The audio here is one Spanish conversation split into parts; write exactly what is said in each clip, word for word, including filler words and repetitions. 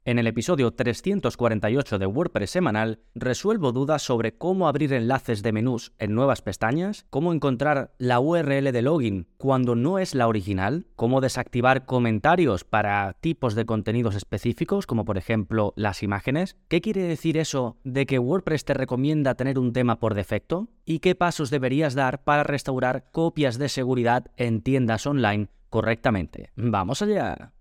En el episodio trescientos cuarenta y ocho de WordPress semanal, resuelvo dudas sobre cómo abrir enlaces de menús en nuevas pestañas, cómo encontrar la U R L de login cuando no es la original, cómo desactivar comentarios para tipos de contenidos específicos, como por ejemplo las imágenes, qué quiere decir eso de que WordPress te recomienda tener un tema por defecto, y qué pasos deberías dar para restaurar copias de seguridad en tiendas online correctamente. ¡Vamos allá!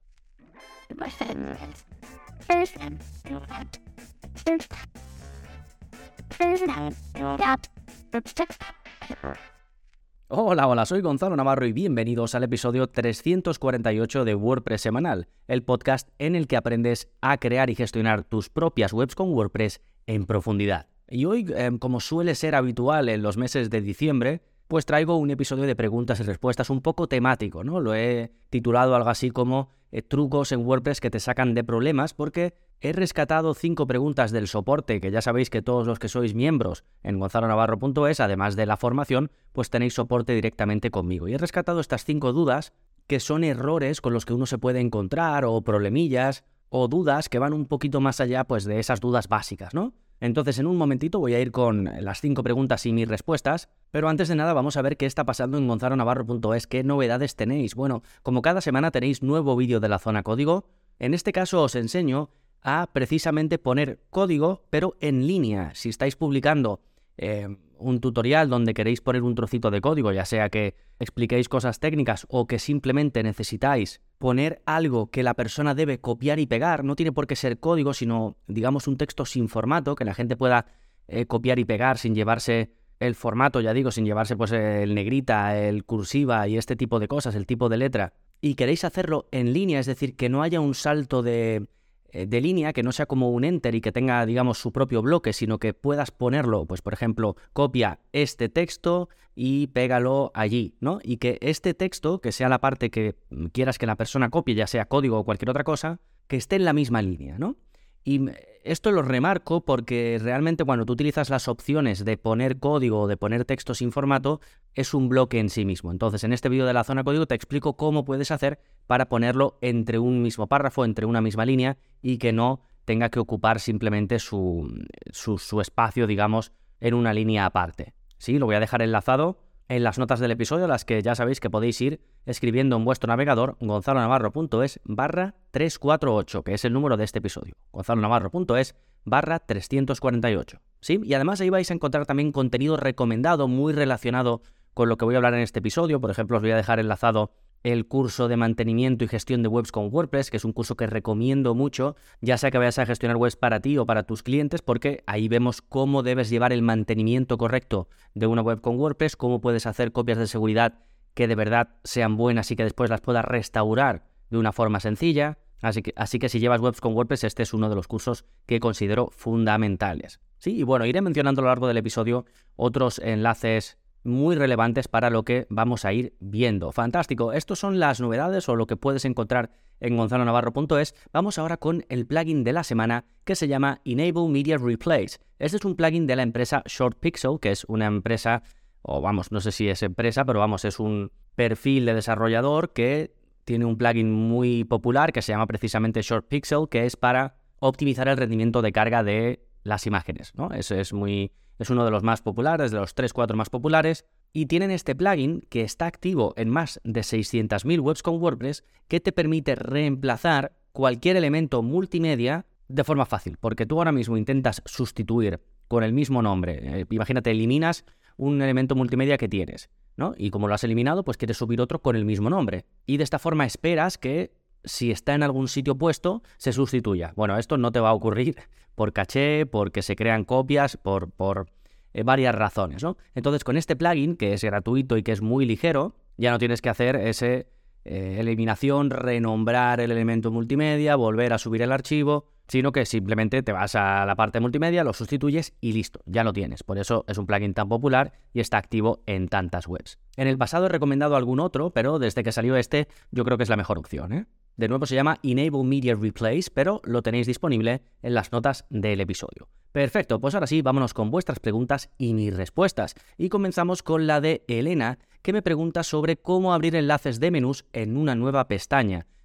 Hola, hola, soy Gonzalo Navarro y bienvenidos al episodio trescientos cuarenta y ocho de WordPress semanal, el podcast en el que aprendes a crear y gestionar tus propias webs con WordPress en profundidad. Y hoy, eh, como suele ser habitual en los meses de diciembre, pues traigo un episodio de preguntas y respuestas un poco temático, ¿no? Lo he titulado algo así como eh, trucos en WordPress que te sacan de problemas, porque he rescatado cinco preguntas del soporte, que ya sabéis que todos los que sois miembros en gonzalo navarro punto es, además de la formación, pues tenéis soporte directamente conmigo. Y he rescatado estas cinco dudas que son errores con los que uno se puede encontrar, o problemillas, o dudas que van un poquito más allá pues de esas dudas básicas, ¿no? Entonces, en un momentito voy a ir con las cinco preguntas y mis respuestas, pero antes de nada vamos a ver qué está pasando en gonzalo navarro punto es, qué novedades tenéis. Bueno, como cada semana tenéis nuevo vídeo de la zona código. En este caso os enseño a precisamente poner código, pero en línea. Si estáis publicando eh, un tutorial donde queréis poner un trocito de código, ya sea que expliquéis cosas técnicas o que simplemente necesitáis poner algo que la persona debe copiar y pegar, no tiene por qué ser código, sino, digamos, un texto sin formato, que la gente pueda eh, copiar y pegar sin llevarse el formato, ya digo, sin llevarse pues el negrita, el cursiva y este tipo de cosas, el tipo de letra, y queréis hacerlo en línea, es decir, que no haya un salto de... de línea, que no sea como un enter y que tenga, digamos, su propio bloque, sino que puedas ponerlo, pues por ejemplo, copia este texto y pégalo allí, ¿no? Y que este texto, que sea la parte que quieras que la persona copie, ya sea código o cualquier otra cosa, que esté en la misma línea, ¿no? Y esto lo remarco porque realmente cuando tú utilizas las opciones de poner código o de poner texto sin formato, es un bloque en sí mismo. Entonces, en este vídeo de la zona código te explico cómo puedes hacer para ponerlo entre un mismo párrafo, entre una misma línea, y que no tenga que ocupar simplemente su, su, su espacio, digamos, en una línea aparte. Sí, lo voy a dejar enlazado en las notas del episodio, las que ya sabéis que podéis ir escribiendo en vuestro navegador gonzalo navarro punto es barra trescientos cuarenta y ocho, que es el número de este episodio. gonzalo navarro punto es barra trescientos cuarenta y ocho. ¿Sí? Y además ahí vais a encontrar también contenido recomendado muy relacionado con lo que voy a hablar en este episodio. Por ejemplo, os voy a dejar enlazado el curso de mantenimiento y gestión de webs con WordPress, que es un curso que recomiendo mucho, ya sea que vayas a gestionar webs para ti o para tus clientes, porque ahí vemos cómo debes llevar el mantenimiento correcto de una web con WordPress, cómo puedes hacer copias de seguridad que de verdad sean buenas y que después las puedas restaurar de una forma sencilla. Así que, así que si llevas webs con WordPress, este es uno de los cursos que considero fundamentales. Sí, y bueno, iré mencionando a lo largo del episodio otros enlaces muy relevantes para lo que vamos a ir viendo. Fantástico, estos son las novedades o lo que puedes encontrar en gonzalo navarro punto es. Vamos ahora con el plugin de la semana, que se llama Enable Media Replace. Este es un plugin de la empresa ShortPixel, que es una empresa, o vamos, no sé si es empresa, pero vamos, es un perfil de desarrollador que tiene un plugin muy popular que se llama precisamente ShortPixel, que es para optimizar el rendimiento de carga de las imágenes, ¿no? Ese es muy... Es uno de los más populares, de los tres cuatro más populares, y tienen este plugin que está activo en más de seiscientas mil webs con WordPress, que te permite reemplazar cualquier elemento multimedia de forma fácil, porque tú ahora mismo intentas sustituir con el mismo nombre, eh, imagínate, eliminas un elemento multimedia que tienes, ¿no? Y como lo has eliminado, pues quieres subir otro con el mismo nombre, y de esta forma esperas que si está en algún sitio puesto, se sustituya. Bueno, esto no te va a ocurrir por caché, porque se crean copias, por, por eh, varias razones, ¿no? Entonces, con este plugin, que es gratuito y que es muy ligero, ya no tienes que hacer ese eh, eliminación, renombrar el elemento multimedia, volver a subir el archivo, sino que simplemente te vas a la parte multimedia, lo sustituyes y listo, ya lo tienes. Por eso es un plugin tan popular y está activo en tantas webs. En el pasado he recomendado algún otro, pero desde que salió este, yo creo que es la mejor opción, ¿eh? De nuevo se llama Enable Media Replace, pero lo tenéis disponible en las notas del episodio. Perfecto, pues ahora sí, vámonos con vuestras preguntas y mis respuestas. Y comenzamos con la de Elena, que me pregunta sobre cómo abrir enlaces de menús en una nueva pestaña.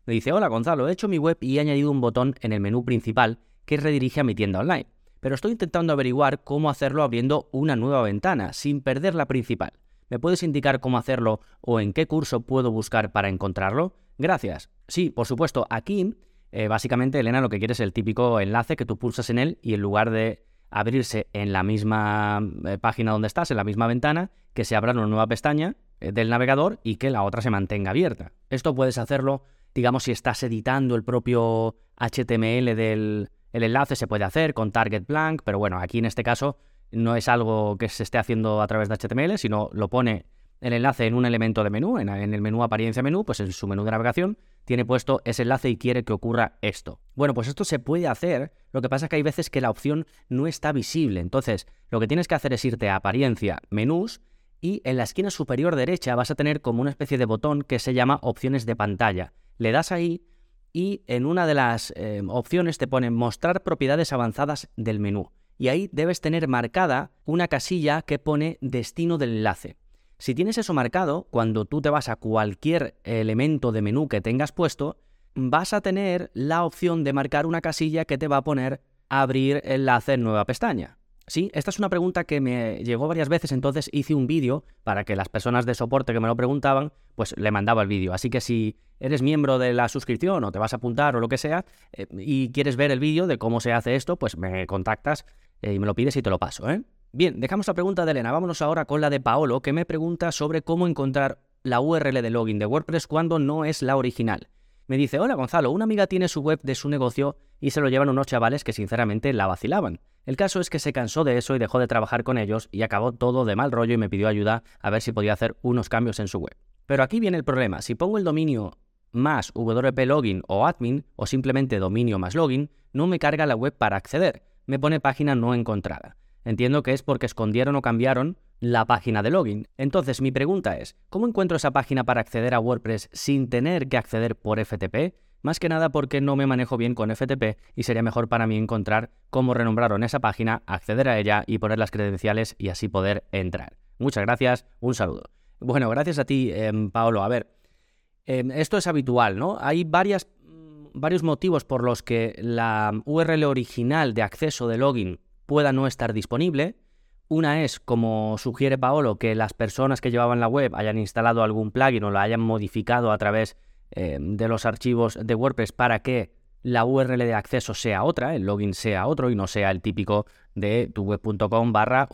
Me dice, hola Gonzalo, he hecho mi web y he añadido un botón en el menú principal que redirige a mi tienda online, pero estoy intentando averiguar cómo hacerlo abriendo una nueva ventana sin perder la principal. ¿Me puedes indicar cómo hacerlo o en qué curso puedo buscar para encontrarlo? Gracias. Sí, por supuesto, aquí eh, básicamente Elena lo que quiere es el típico enlace que tú pulsas en él y en lugar de abrirse en la misma eh, página donde estás, en la misma ventana, que se abra una nueva pestaña eh, del navegador y que la otra se mantenga abierta. Esto puedes hacerlo, digamos, si estás editando el propio H T M L del el enlace, se puede hacer con target blank, pero bueno, aquí en este caso no es algo que se esté haciendo a través de H T M L, sino lo pone el enlace en un elemento de menú, en, en el menú apariencia menú, pues en su menú de navegación, tiene puesto ese enlace y quiere que ocurra esto. Bueno, pues esto se puede hacer, lo que pasa es que hay veces que la opción no está visible. Entonces, lo que tienes que hacer es irte a apariencia, menús, y en la esquina superior derecha vas a tener como una especie de botón que se llama opciones de pantalla. Le das ahí y en una de las eh, opciones te pone mostrar propiedades avanzadas del menú. Y ahí debes tener marcada una casilla que pone destino del enlace. Si tienes eso marcado, cuando tú te vas a cualquier elemento de menú que tengas puesto, vas a tener la opción de marcar una casilla que te va a poner abrir enlace en nueva pestaña. Sí, esta es una pregunta que me llegó varias veces, entonces hice un vídeo para que las personas de soporte que me lo preguntaban, pues le mandaba el vídeo. Así que si eres miembro de la suscripción o te vas a apuntar o lo que sea eh, y quieres ver el vídeo de cómo se hace esto, pues me contactas eh, y me lo pides y te lo paso, ¿eh? Bien, dejamos la pregunta de Elena, vámonos ahora con la de Paolo, que me pregunta sobre cómo encontrar la U R L de login de WordPress cuando no es la original. Me dice, hola Gonzalo, una amiga tiene su web de su negocio y se lo llevan unos chavales que sinceramente la vacilaban. El caso es que se cansó de eso y dejó de trabajar con ellos y acabó todo de mal rollo y me pidió ayuda a ver si podía hacer unos cambios en su web. Pero aquí viene el problema, si pongo el dominio más wp login o admin o simplemente dominio más login, no me carga la web para acceder, me pone página no encontrada. Entiendo que es porque escondieron o cambiaron la página de login. Entonces, mi pregunta es, ¿cómo encuentro esa página para acceder a WordPress sin tener que acceder por F T P? Más que nada porque no me manejo bien con F T P y sería mejor para mí encontrar cómo renombraron esa página, acceder a ella y poner las credenciales y así poder entrar. Muchas gracias, un saludo. Bueno, gracias a ti, eh, Paolo. A ver, eh, esto es habitual, ¿no? Hay varias, varios motivos por los que la U R L original de acceso de login pueda no estar disponible. Una es, como sugiere Paolo, que las personas que llevaban la web hayan instalado algún plugin o la hayan modificado a través eh, de los archivos de WordPress para que la U R L de acceso sea otra, el login sea otro y no sea el típico de tuweb.com barra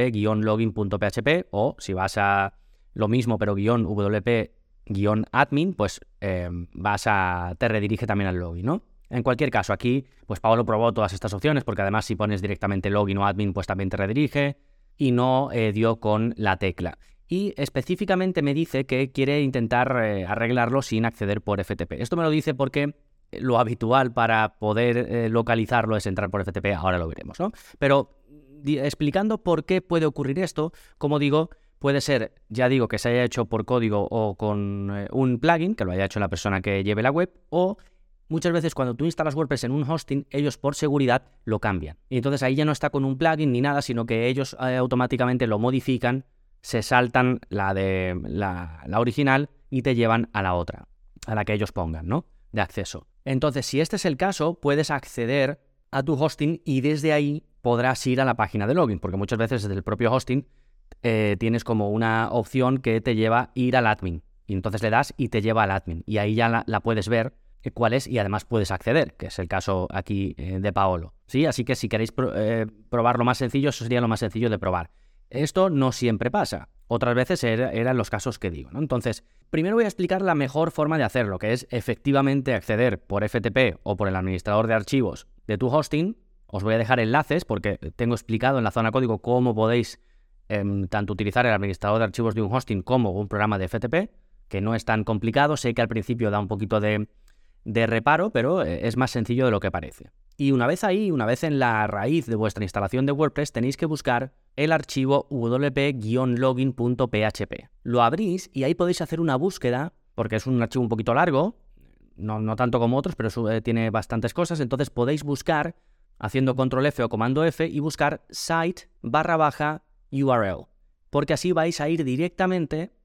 wp-login.php o si vas a lo mismo pero guión wp-admin, pues eh, vas a te redirige también al login, ¿no? En cualquier caso, aquí, pues Paolo probó todas estas opciones, porque además si pones directamente login o admin, pues también te redirige, y no eh, dio con la tecla. Y específicamente me dice que quiere intentar eh, arreglarlo sin acceder por F T P. Esto me lo dice porque lo habitual para poder eh, localizarlo es entrar por F T P, ahora lo veremos, ¿no? Pero explicando por qué puede ocurrir esto, como digo, puede ser, ya digo, que se haya hecho por código o con eh, un plugin, que lo haya hecho la persona que lleve la web, o muchas veces cuando tú instalas WordPress en un hosting, ellos por seguridad lo cambian. Y entonces ahí ya no está con un plugin ni nada, sino que ellos eh, automáticamente lo modifican, se saltan la de la, la original y te llevan a la otra, a la que ellos pongan, ¿no? De acceso. Entonces, si este es el caso, puedes acceder a tu hosting y desde ahí podrás ir a la página de login, porque muchas veces desde el propio hosting eh, tienes como una opción que te lleva a ir al admin. Y entonces le das y te lleva al admin. Y ahí ya la, la puedes ver cuál es y además puedes acceder, que es el caso aquí eh, de Paolo. ¿Sí? Así que si queréis pro, eh, probar lo más sencillo, eso sería lo más sencillo de probar. Esto no siempre pasa. Otras veces eran era los casos que digo, ¿no? Entonces, primero voy a explicar la mejor forma de hacerlo, que es efectivamente acceder por F T P o por el administrador de archivos de tu hosting. Os voy a dejar enlaces porque tengo explicado en la zona código cómo podéis eh, tanto utilizar el administrador de archivos de un hosting como un programa de F T P, que no es tan complicado. Sé que al principio da un poquito de... de reparo, pero es más sencillo de lo que parece. Y una vez ahí, una vez en la raíz de vuestra instalación de WordPress, tenéis que buscar el archivo wp-login.php. Lo abrís y ahí podéis hacer una búsqueda, porque es un archivo un poquito largo, no, no tanto como otros, pero eso, eh, tiene bastantes cosas, entonces podéis buscar, haciendo control F o comando F, y buscar site barra baja U R L, porque así vais a ir directamente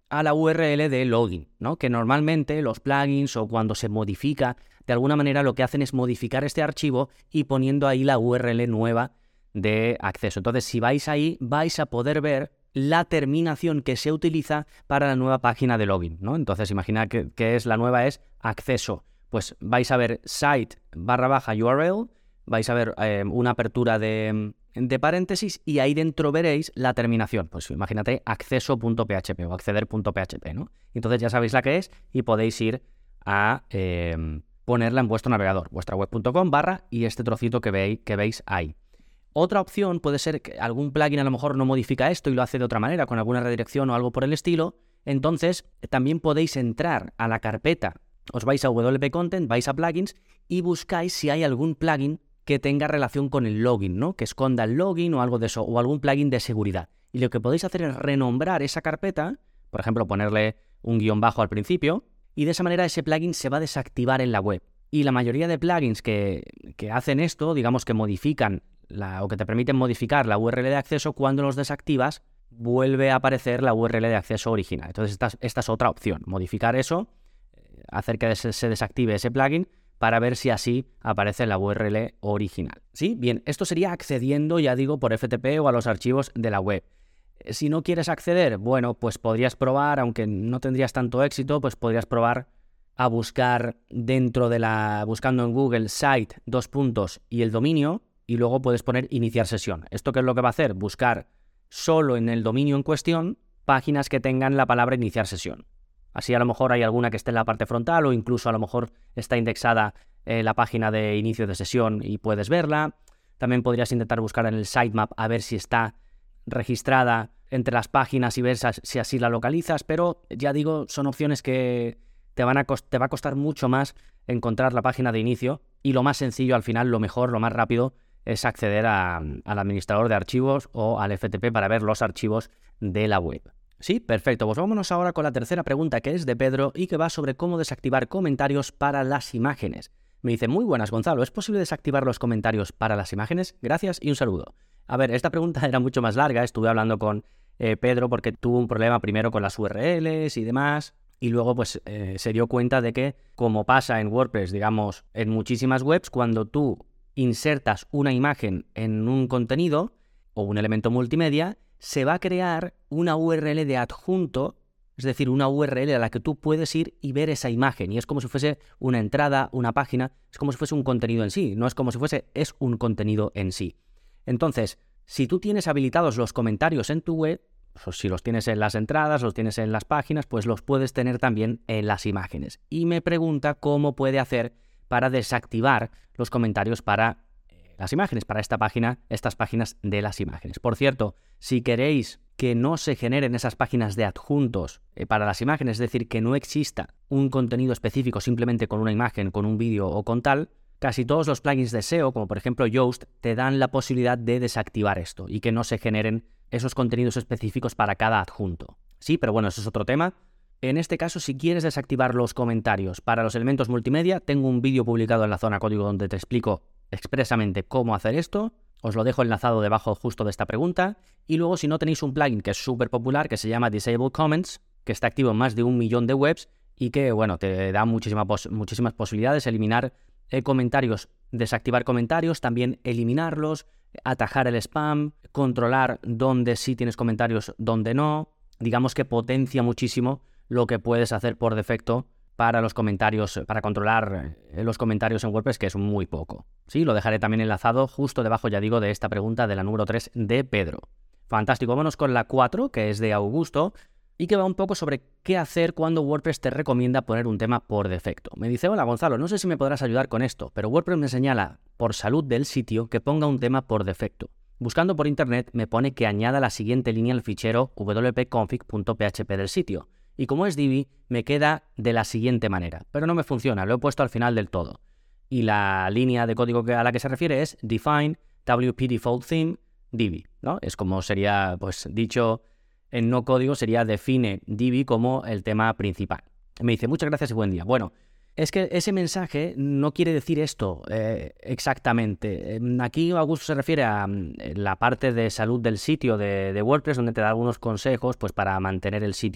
a la U R L de login, ¿no? Que normalmente los plugins o cuando se modifica, de alguna manera lo que hacen es modificar este archivo y poniendo ahí la U R L nueva de acceso. Entonces, si vais ahí, vais a poder ver la terminación que se utiliza para la nueva página de login, ¿no? Entonces, imagina que, que es la nueva es acceso. Pues vais a ver site barra baja U R L, vais a ver eh, una apertura de, de paréntesis y ahí dentro veréis la terminación. Pues imagínate acceso.php o acceder.php, ¿no? Entonces ya sabéis la que es y podéis ir a eh, ponerla en vuestro navegador, vuestra web punto com barra y este trocito que veis, que veis ahí. Otra opción puede ser que algún plugin a lo mejor no modifica esto y lo hace de otra manera, con alguna redirección o algo por el estilo. Entonces también podéis entrar a la carpeta, os vais a W P Content, vais a plugins y buscáis si hay algún plugin que tenga relación con el login, ¿no? Que esconda el login o algo de eso, o algún plugin de seguridad. Y lo que podéis hacer es renombrar esa carpeta, por ejemplo, ponerle un guión bajo al principio, y de esa manera ese plugin se va a desactivar en la web. Y la mayoría de plugins que, que hacen esto, digamos que modifican la, o que te permiten modificar la U R L de acceso, cuando los desactivas, vuelve a aparecer la U R L de acceso original. Entonces esta, esta es otra opción, modificar eso, hacer que se desactive ese plugin para ver si así aparece la U R L original. ¿Sí? Bien, esto sería accediendo, ya digo, por F T P o a los archivos de la web. Si no quieres acceder, bueno, pues podrías probar, aunque no tendrías tanto éxito, pues podrías probar a buscar dentro de la... buscando en Google site, dos puntos y el dominio, y luego puedes poner iniciar sesión. ¿Esto qué es lo que va a hacer? Buscar solo en el dominio en cuestión páginas que tengan la palabra iniciar sesión. Así a lo mejor hay alguna que esté en la parte frontal o incluso a lo mejor está indexada eh, la página de inicio de sesión y puedes verla. También podrías intentar buscar en el sitemap a ver si está registrada entre las páginas y ver si así la localizas, pero ya digo, son opciones que te, van a te va a costar mucho más encontrar la página de inicio y lo más sencillo al final, lo mejor, lo más rápido es acceder a, al administrador de archivos o al F T P para ver los archivos de la web. Sí, perfecto. Pues vámonos ahora con la tercera pregunta, que es de Pedro y que va sobre cómo desactivar comentarios para las imágenes. Me dice, muy buenas, Gonzalo, ¿es posible desactivar los comentarios para las imágenes? Gracias y un saludo. A ver, esta pregunta era mucho más larga, estuve hablando con eh, Pedro porque tuvo un problema primero con las U R Ls y demás, y luego pues eh, se dio cuenta de que, como pasa en WordPress, digamos, en muchísimas webs, cuando tú insertas una imagen en un contenido o un elemento multimedia, se va a crear una U R L de adjunto, es decir, una U R L a la que tú puedes ir y ver esa imagen. Y es como si fuese una entrada, una página, es como si fuese un contenido en sí. No es como si fuese, es un contenido en sí. Entonces, si tú tienes habilitados los comentarios en tu web, o si los tienes en las entradas, los tienes en las páginas, pues los puedes tener también en las imágenes. Y me pregunta cómo puede hacer para desactivar los comentarios para las imágenes, para esta página, estas páginas de las imágenes. Por cierto, si queréis que no se generen esas páginas de adjuntos eh, para las imágenes, es decir, que no exista un contenido específico simplemente con una imagen, con un vídeo o con tal, casi todos los plugins de S E O, como por ejemplo Yoast, te dan la posibilidad de desactivar esto y que no se generen esos contenidos específicos para cada adjunto. Sí, pero bueno, eso es otro tema. En este caso, si quieres desactivar los comentarios para los elementos multimedia, tengo un vídeo publicado en la zona código donde te explico expresamente cómo hacer esto. Os lo dejo enlazado debajo justo de esta pregunta. Y luego, si no tenéis un plugin que es súper popular, que se llama Disable Comments, que está activo en más de un millón de webs y que, bueno, te da muchísima pos muchísimas posibilidades, eliminar eh, comentarios, desactivar comentarios, también eliminarlos, atajar el spam, controlar dónde sí tienes comentarios, dónde no. Digamos que potencia muchísimo lo que puedes hacer por defecto para los comentarios, para controlar los comentarios en WordPress, que es muy poco. Sí, lo dejaré también enlazado justo debajo, ya digo, de esta pregunta de la número tres de Pedro. Fantástico, vámonos con la cuatro, que es de Augusto, y que va un poco sobre qué hacer cuando WordPress te recomienda poner un tema por defecto. Me dice, hola Gonzalo, no sé si me podrás ayudar con esto, pero WordPress me señala, por salud del sitio, que ponga un tema por defecto. Buscando por internet me pone que añada la siguiente línea al fichero w p config punto p h p del sitio. Y como es Divi, me queda de la siguiente manera, pero no me funciona, lo he puesto al final del todo. Y la línea de código a la que se refiere es define W P default theme Divi, ¿no? Es como sería, pues dicho en no código, sería define Divi como el tema principal. Me dice, muchas gracias y buen día. Bueno, es que ese mensaje no quiere decir esto eh, exactamente. Aquí Augusto se refiere a la parte de salud del sitio de, de WordPress, donde te da algunos consejos pues, para mantener el sitio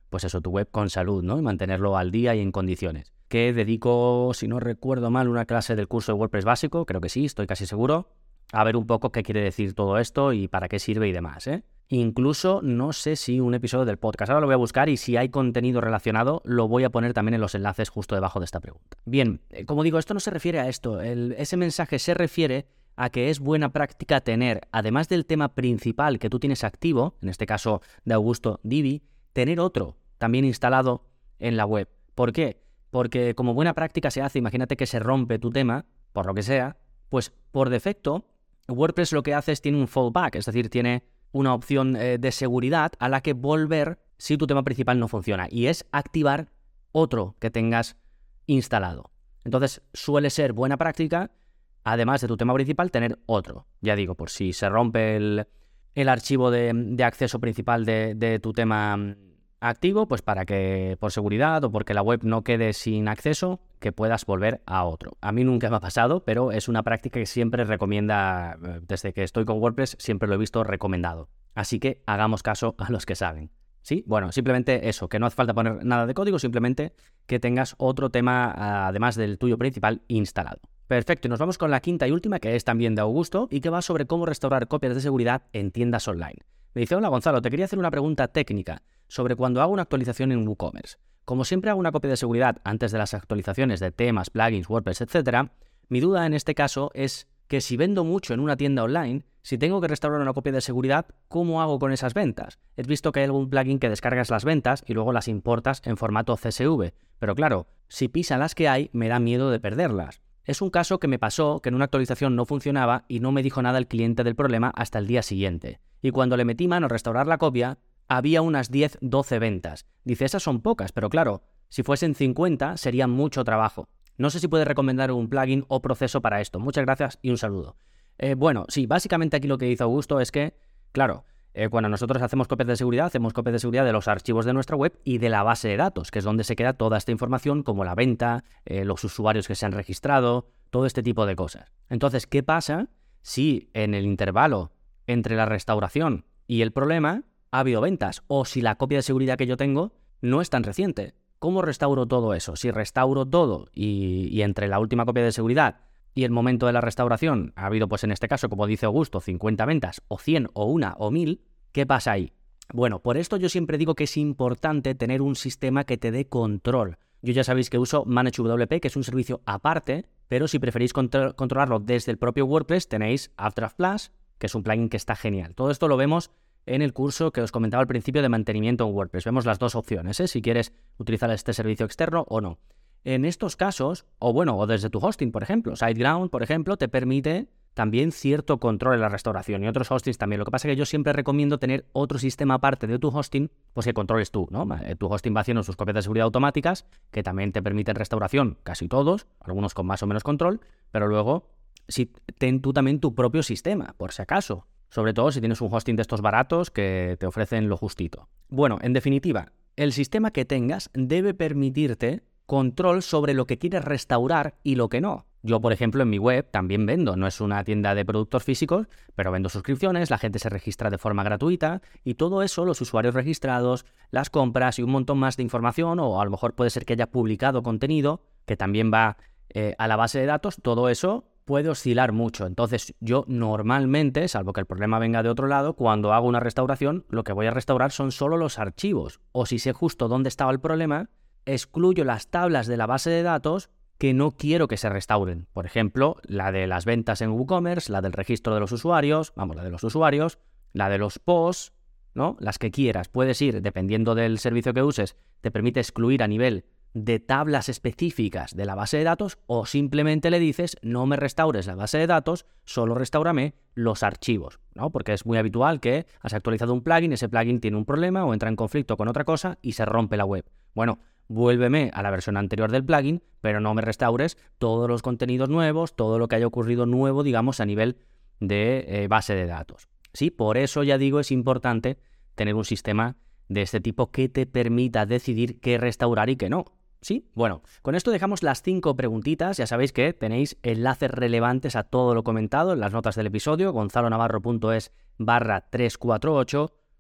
pues eso, tu web con salud, ¿no? Y mantenerlo al día y en condiciones. Que dedico, si no recuerdo mal, una clase del curso de WordPress básico, creo que sí, estoy casi seguro, a ver un poco qué quiere decir todo esto y para qué sirve y demás, ¿eh? Incluso no sé si un episodio del podcast, ahora lo voy a buscar y si hay contenido relacionado lo voy a poner también en los enlaces justo debajo de esta pregunta. Bien, como digo, esto no se refiere a esto, el, ese mensaje se refiere a que es buena práctica tener, además del tema principal que tú tienes activo, en este caso de Augusto Divi, tener otro también instalado en la web. ¿Por qué? Porque como buena práctica se hace, imagínate que se rompe tu tema, por lo que sea, pues por defecto WordPress lo que hace es tiene un fallback, es decir, tiene una opción eh, de seguridad a la que volver si tu tema principal no funciona, y es activar otro que tengas instalado. Entonces suele ser buena práctica, además de tu tema principal, tener otro. Ya digo, por si se rompe el, el archivo de, de acceso principal de, de tu tema activo, pues para que por seguridad o porque la web no quede sin acceso, que puedas volver a otro. A mí nunca me ha pasado, pero es una práctica que siempre recomienda, desde que estoy con WordPress, siempre lo he visto recomendado. Así que hagamos caso a los que saben. ¿Sí? Bueno, simplemente eso, que no hace falta poner nada de código, simplemente que tengas otro tema, además del tuyo principal, instalado. Perfecto, y nos vamos con la quinta y última, que es también de Augusto, y que va sobre cómo restaurar copias de seguridad en tiendas online. Me dice, hola Gonzalo, te quería hacer una pregunta técnica sobre cuando hago una actualización en WooCommerce. Como siempre hago una copia de seguridad antes de las actualizaciones de temas, plugins, WordPress, etcétera, mi duda en este caso es que si vendo mucho en una tienda online, si tengo que restaurar una copia de seguridad, ¿cómo hago con esas ventas? He visto que hay algún plugin que descargas las ventas y luego las importas en formato C S V, pero claro, si pisan las que hay, me da miedo de perderlas. Es un caso que me pasó que en una actualización no funcionaba y no me dijo nada el cliente del problema hasta el día siguiente. Y cuando le metí mano a restaurar la copia, había unas diez doce ventas. Dice, esas son pocas, pero claro, si fuesen cincuenta sería mucho trabajo. No sé si puedes recomendar un plugin o proceso para esto. Muchas gracias y un saludo. Eh, bueno, sí, básicamente aquí lo que dice Augusto es que, claro, eh, cuando nosotros hacemos copias de seguridad, hacemos copias de seguridad de los archivos de nuestra web y de la base de datos, que es donde se queda toda esta información, como la venta, eh, los usuarios que se han registrado, todo este tipo de cosas. Entonces, ¿qué pasa si en el intervalo entre la restauración y el problema ha habido ventas? O si la copia de seguridad que yo tengo no es tan reciente. ¿Cómo restauro todo eso? Si restauro todo y, y entre la última copia de seguridad y el momento de la restauración ha habido, pues en este caso, como dice Augusto, cincuenta ventas, o cien, o una, o mil, ¿qué pasa ahí? Bueno, por esto yo siempre digo que es importante tener un sistema que te dé control. Yo ya sabéis que uso ManageWP, que es un servicio aparte, pero si preferís contro- controlarlo desde el propio WordPress, tenéis Updraft Plus, que es un plugin que está genial. Todo esto lo vemos en el curso que os comentaba al principio de mantenimiento en WordPress. Vemos las dos opciones, ¿eh? Si quieres utilizar este servicio externo o no. En estos casos, o bueno, o desde tu hosting, por ejemplo, SiteGround, por ejemplo, te permite también cierto control en la restauración y otros hostings también. Lo que pasa es que yo siempre recomiendo tener otro sistema aparte de tu hosting, pues que controles tú, ¿no? Tu hosting va haciendo sus copias de seguridad automáticas, que también te permiten restauración, casi todos, algunos con más o menos control, pero luego si ten tú también tu propio sistema, por si acaso. Sobre todo si tienes un hosting de estos baratos que te ofrecen lo justito. Bueno, en definitiva, el sistema que tengas debe permitirte control sobre lo que quieres restaurar y lo que no. Yo, por ejemplo, en mi web también vendo, no es una tienda de productos físicos, pero vendo suscripciones, la gente se registra de forma gratuita y todo eso, los usuarios registrados, las compras y un montón más de información, o a lo mejor puede ser que haya publicado contenido que también va eh, a la base de datos, todo eso puede oscilar mucho. Entonces yo normalmente, salvo que el problema venga de otro lado, cuando hago una restauración, lo que voy a restaurar son solo los archivos. O si sé justo dónde estaba el problema, excluyo las tablas de la base de datos que no quiero que se restauren. Por ejemplo, la de las ventas en WooCommerce, la del registro de los usuarios, vamos, la de los usuarios, la de los posts, ¿no? Las que quieras. Puedes ir, dependiendo del servicio que uses, te permite excluir a nivel de tablas específicas de la base de datos, o simplemente le dices no me restaures la base de datos, solo restáurame los archivos, ¿no? Porque es muy habitual que has actualizado un plugin, ese plugin tiene un problema o entra en conflicto con otra cosa y se rompe la web. Bueno, vuélveme a la versión anterior del plugin, pero no me restaures todos los contenidos nuevos, todo lo que haya ocurrido nuevo, digamos, a nivel de eh, base de datos. Sí, por eso ya digo, es importante tener un sistema de este tipo que te permita decidir qué restaurar y qué no. ¿Sí? Bueno, con esto dejamos las cinco preguntitas. Ya sabéis que tenéis enlaces relevantes a todo lo comentado en las notas del episodio, gonzalonavarro punto es barra trescientos cuarenta y ocho.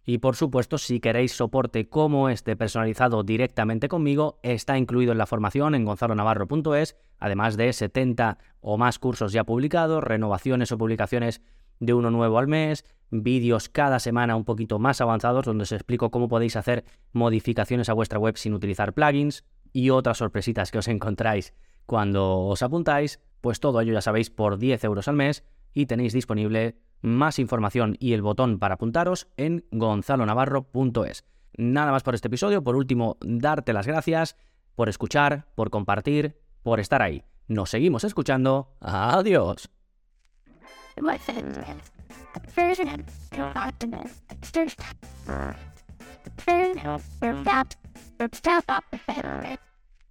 Y por supuesto, si queréis soporte como este personalizado directamente conmigo, está incluido en la formación en gonzalo navarro punto es, además de setenta o más cursos ya publicados, renovaciones o publicaciones de uno nuevo al mes, vídeos cada semana un poquito más avanzados donde os explico cómo podéis hacer modificaciones a vuestra web sin utilizar plugins y otras sorpresitas que os encontráis cuando os apuntáis. Pues todo ello ya sabéis por diez euros al mes y tenéis disponible más información y el botón para apuntaros en gonzalo navarro punto es. Nada más por este episodio. Por último, darte las gracias por escuchar, por compartir, por estar ahí. Nos seguimos escuchando. Adiós.